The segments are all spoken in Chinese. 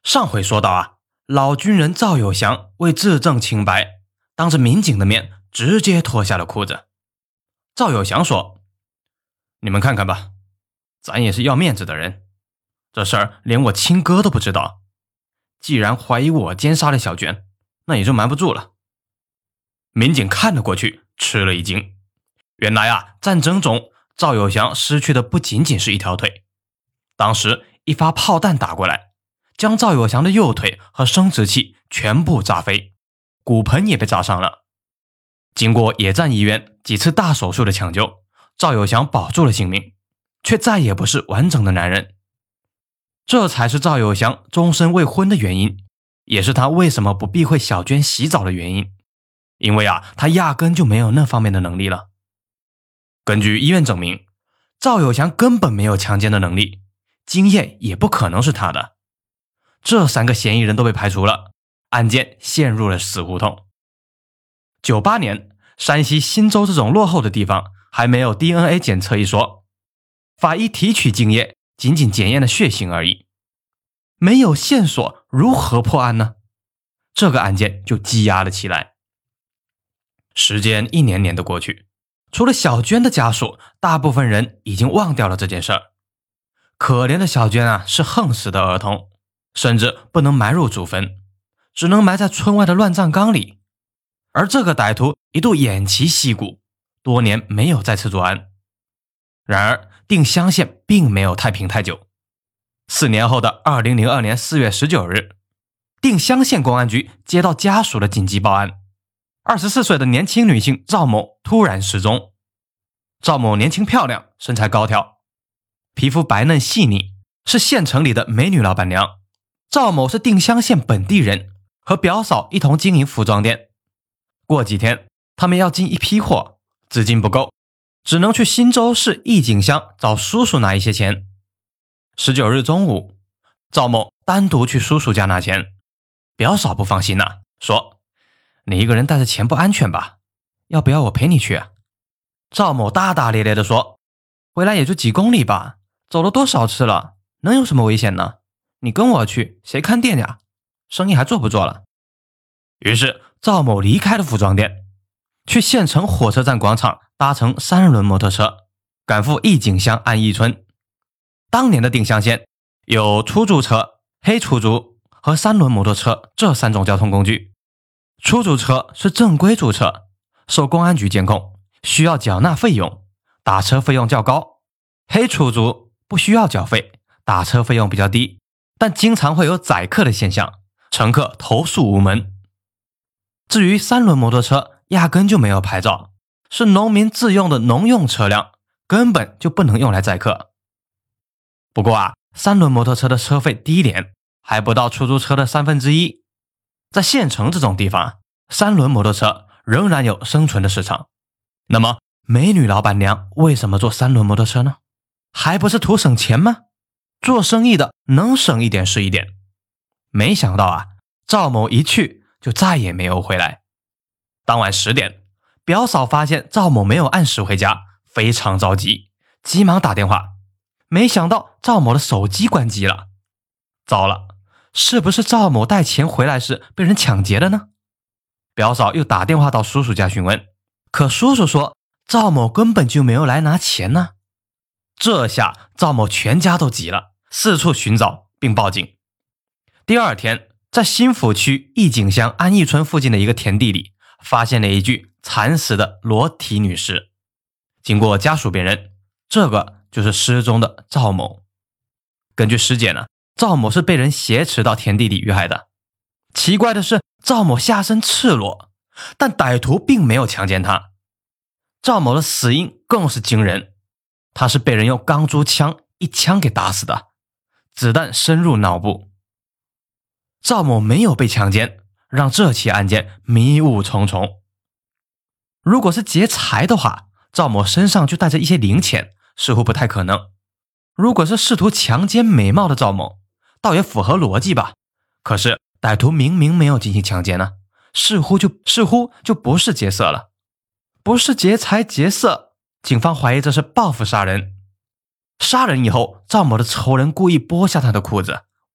上回说到啊，老军人赵有祥为自证清白，当着民警的面直接脱下了裤子。赵有祥说：“你们看看吧，咱也是要面子的人，这事儿连我亲哥都不知道。既然怀疑我奸杀了小娟，那也就瞒不住了。”民警看了过去，吃了一惊。原来啊，战争中赵有祥失去的不仅仅是一条腿，当时一发炮弹打过来，将赵有祥的右腿和生殖器全部炸飞，骨盆也被炸伤了。经过野战医院几次大手术的抢救，赵有祥保住了性命，却再也不是完整的男人。这才是赵有祥终身未婚的原因，也是他为什么不避讳小娟洗澡的原因。因为啊，他压根就没有那方面的能力了。根据医院证明，赵有祥根本没有强奸的能力，精液也不可能是他的。这3个嫌疑人都被排除了，案件陷入了死胡同。98年，山西忻州这种落后的地方还没有 DNA 检测一说，法医提取精液仅仅检验了血型而已，没有线索如何破案呢？这个案件就积压了起来。时间一年年的过去，除了小娟的家属，大部分人已经忘掉了这件事儿。可怜的小娟啊，是横死的儿童，甚至不能埋入祖坟，只能埋在村外的乱葬岗里。而这个歹徒一度偃旗息鼓，多年没有再次作案。然而定襄县并没有太平太久。4年后的2002年4月19日，定襄县公安局接到家属的紧急报案，24岁的年轻女性赵某突然失踪。赵某年轻漂亮，身材高挑，皮肤白嫩细腻，是县城里的美女老板娘。赵某是定襄县本地人，和表嫂一同经营服装店。过几天他们要进一批货，资金不够，只能去忻州市义井乡找叔叔拿一些钱。19日中午，赵某单独去叔叔家拿钱，表嫂不放心啊，说：“你一个人带着钱不安全吧？要不要我陪你去啊？”赵某大大咧咧地说：“回来也就几公里吧，走了多少次了，能有什么危险呢？你跟我去，谁看店呀？生意还做不做了？”于是赵某离开了服装店，去县城火车站广场搭乘3轮摩托车，赶赴义井乡安义村。当年的定襄县有出租车、黑出租和3轮摩托车这3种交通工具。出租车是正规注册，受公安局监控，需要缴纳费用，打车费用较高。黑出租不需要缴费，打车费用比较低，但经常会有宰客的现象，乘客投诉无门。至于3轮摩托车压根就没有牌照，是农民自用的农用车辆，根本就不能用来载客。不过啊，3轮摩托车的车费低廉，还不到出租车的1/3。在县城这种地方，3轮摩托车仍然有生存的市场。那么美女老板娘为什么坐3轮摩托车呢？还不是图省钱吗？做生意的能省一点是一点。没想到啊，赵某一去就再也没有回来。当晚10点，表嫂发现赵某没有按时回家，非常着急，急忙打电话，没想到赵某的手机关机了。糟了，是不是赵某带钱回来时被人抢劫了呢？表嫂又打电话到叔叔家询问，可叔叔说赵某根本就没有来拿钱呢。这下赵某全家都急了，四处寻找并报警。第2天，在新府区义井乡安义村附近的一个田地里，发现了一具惨死的裸体女尸。经过家属辨认，这个就是失踪的赵某。根据尸检呢，赵某是被人挟持到田地里遇害的。奇怪的是，赵某下身赤裸，但歹徒并没有强奸他。赵某的死因更是惊人，他是被人用钢珠枪一枪给打死的，子弹深入脑部。赵某没有被强奸，让这起案件迷雾重重。如果是劫财的话，赵某身上就带着一些零钱，似乎不太可能。如果是试图强奸美貌的赵某，倒也符合逻辑吧。可是歹徒明明没有进行强奸呢，似乎就不是劫色了。不是劫财劫色，警方怀疑这是报复杀人。杀人以后，赵某的仇人故意剥下他的裤子，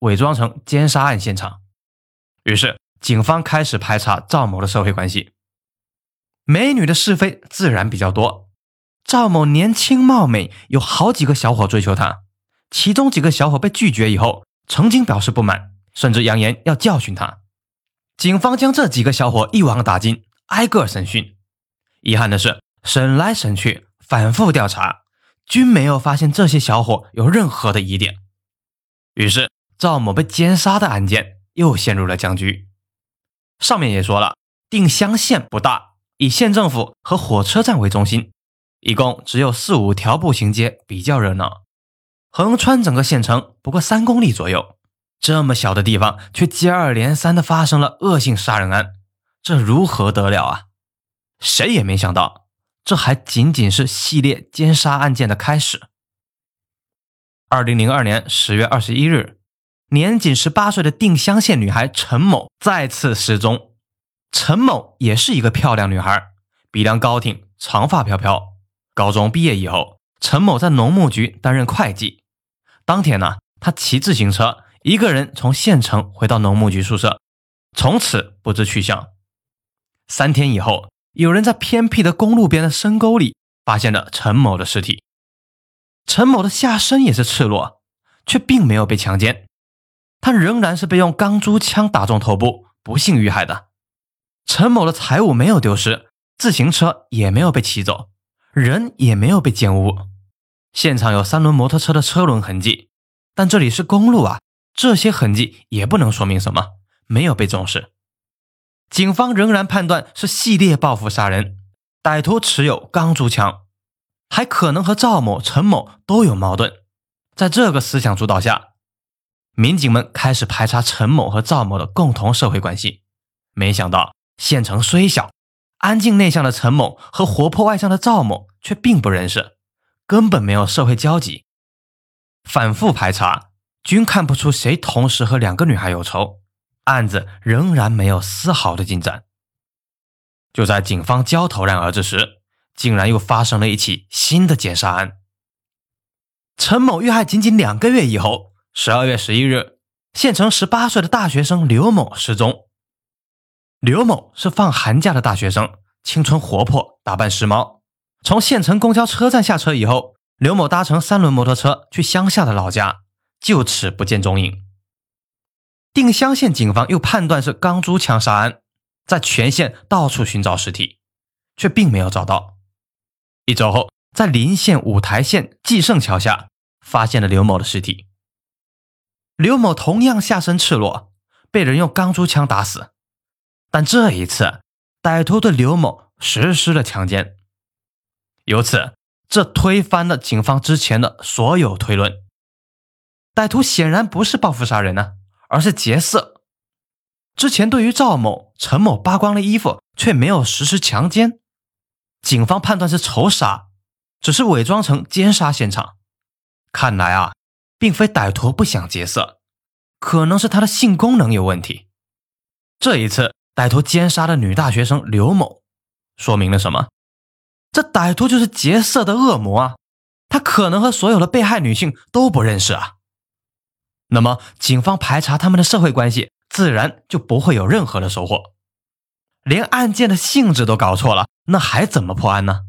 伪装成奸杀案现场。于是警方开始排查赵某的社会关系。美女的是非自然比较多，赵某年轻貌美，有好几个小伙追求她，其中几个小伙被拒绝以后，曾经表示不满，甚至扬言要教训她。警方将这几个小伙一网打尽，挨个审讯。遗憾的是，审来审去，反复调查，均没有发现这些小伙有任何的疑点。于是赵某被奸杀的案件又陷入了僵局。上面也说了，定襄县不大，以县政府和火车站为中心，一共只有4、5条步行街，比较热闹。横穿整个县城不过3公里左右，这么小的地方却接二连三地发生了恶性杀人案，这如何得了啊？谁也没想到，这还仅仅是系列奸杀案件的开始。2002年10月21日，年仅18岁的定襄县女孩陈某再次失踪。陈某也是一个漂亮女孩，鼻梁高挺，长发飘飘。高中毕业以后，陈某在农牧局担任会计。当天呢，她骑自行车一个人从县城回到农牧局宿舍，从此不知去向。3天以后，有人在偏僻的公路边的深沟里发现了陈某的尸体。陈某的下身也是赤裸，却并没有被强奸，他仍然是被用钢珠枪打中头部，不幸遇害的。陈某的财物没有丢失，自行车也没有被骑走，人也没有被奸污。现场有3轮摩托车的车轮痕迹，但这里是公路啊，这些痕迹也不能说明什么，没有被重视。警方仍然判断是系列报复杀人，歹徒持有钢珠枪，还可能和赵某、陈某都有矛盾。在这个思想主导下，民警们开始排查陈某和赵某的共同社会关系。没想到县城虽小，安静内向的陈某和活泼外向的赵某却并不认识，根本没有社会交集。反复排查，均看不出谁同时和2个女孩有仇，案子仍然没有丝毫的进展。就在警方焦头烂额之时，竟然又发生了一起新的奸杀案。陈某遇害仅仅2个月以后，12月11日，县城18岁的大学生刘某失踪。刘某是放寒假的大学生，青春活泼，打扮时髦。从县城公交车站下车以后，刘某搭乘3轮摩托车去乡下的老家，就此不见踪影。定襄县警方又判断是钢珠枪杀案，在全县到处寻找尸体，却并没有找到。1周后，在邻县五台县济盛桥下发现了刘某的尸体。刘某同样下身赤裸，被人用钢珠枪打死，但这一次歹徒对刘某实施了强奸。由此，这推翻了警方之前的所有推论。歹徒显然不是报复杀人呢，而是劫色。之前对于赵某、陈某扒光了衣服，却没有实施强奸，警方判断是仇杀，只是伪装成奸杀现场。看来啊，并非歹徒不想劫色，可能是他的性功能有问题。这一次歹徒奸杀的女大学生刘某，说明了什么？这歹徒就是劫色的恶魔啊，他可能和所有的被害女性都不认识啊。那么警方排查他们的社会关系，自然就不会有任何的收获。连案件的性质都搞错了，那还怎么破案呢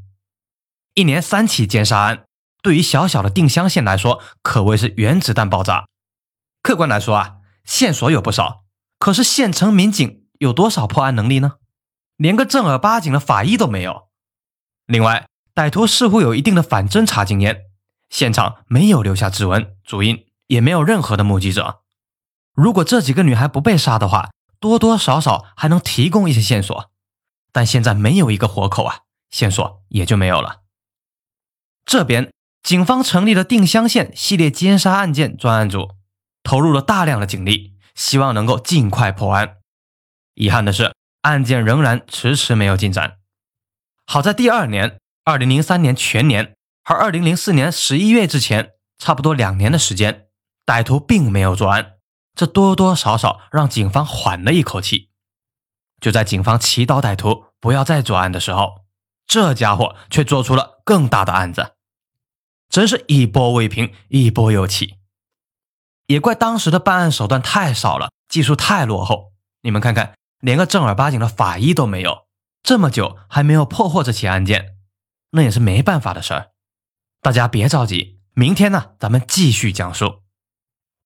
？1年3起奸杀案，对于小小的定襄县来说，可谓是原子弹爆炸。客观来说啊，线索有不少，可是县城民警有多少破案能力呢？连个正儿八经的法医都没有。另外，歹徒似乎有一定的反侦查经验，现场没有留下指纹、足印，也没有任何的目击者。如果这几个女孩不被杀的话，多多少少还能提供一些线索，但现在没有一个活口啊，线索也就没有了。这边警方成立了定襄县系列奸杀案件专案组，投入了大量的警力，希望能够尽快破案。遗憾的是，案件仍然迟迟没有进展。好在第2年2003年全年和2004年11月之前，差不多2年的时间，歹徒并没有作案，这多多少少让警方缓了一口气。就在警方祈祷歹徒不要再作案的时候，这家伙却做出了更大的案子，真是一波未平一波又起。 也怪当时的办案手段太少了，技术太落后。你们看看，连个正儿八经的法医都没有，这么久还没有破获这起案件，那也是没办法的事儿。大家别着急，明天呢，咱们继续讲述。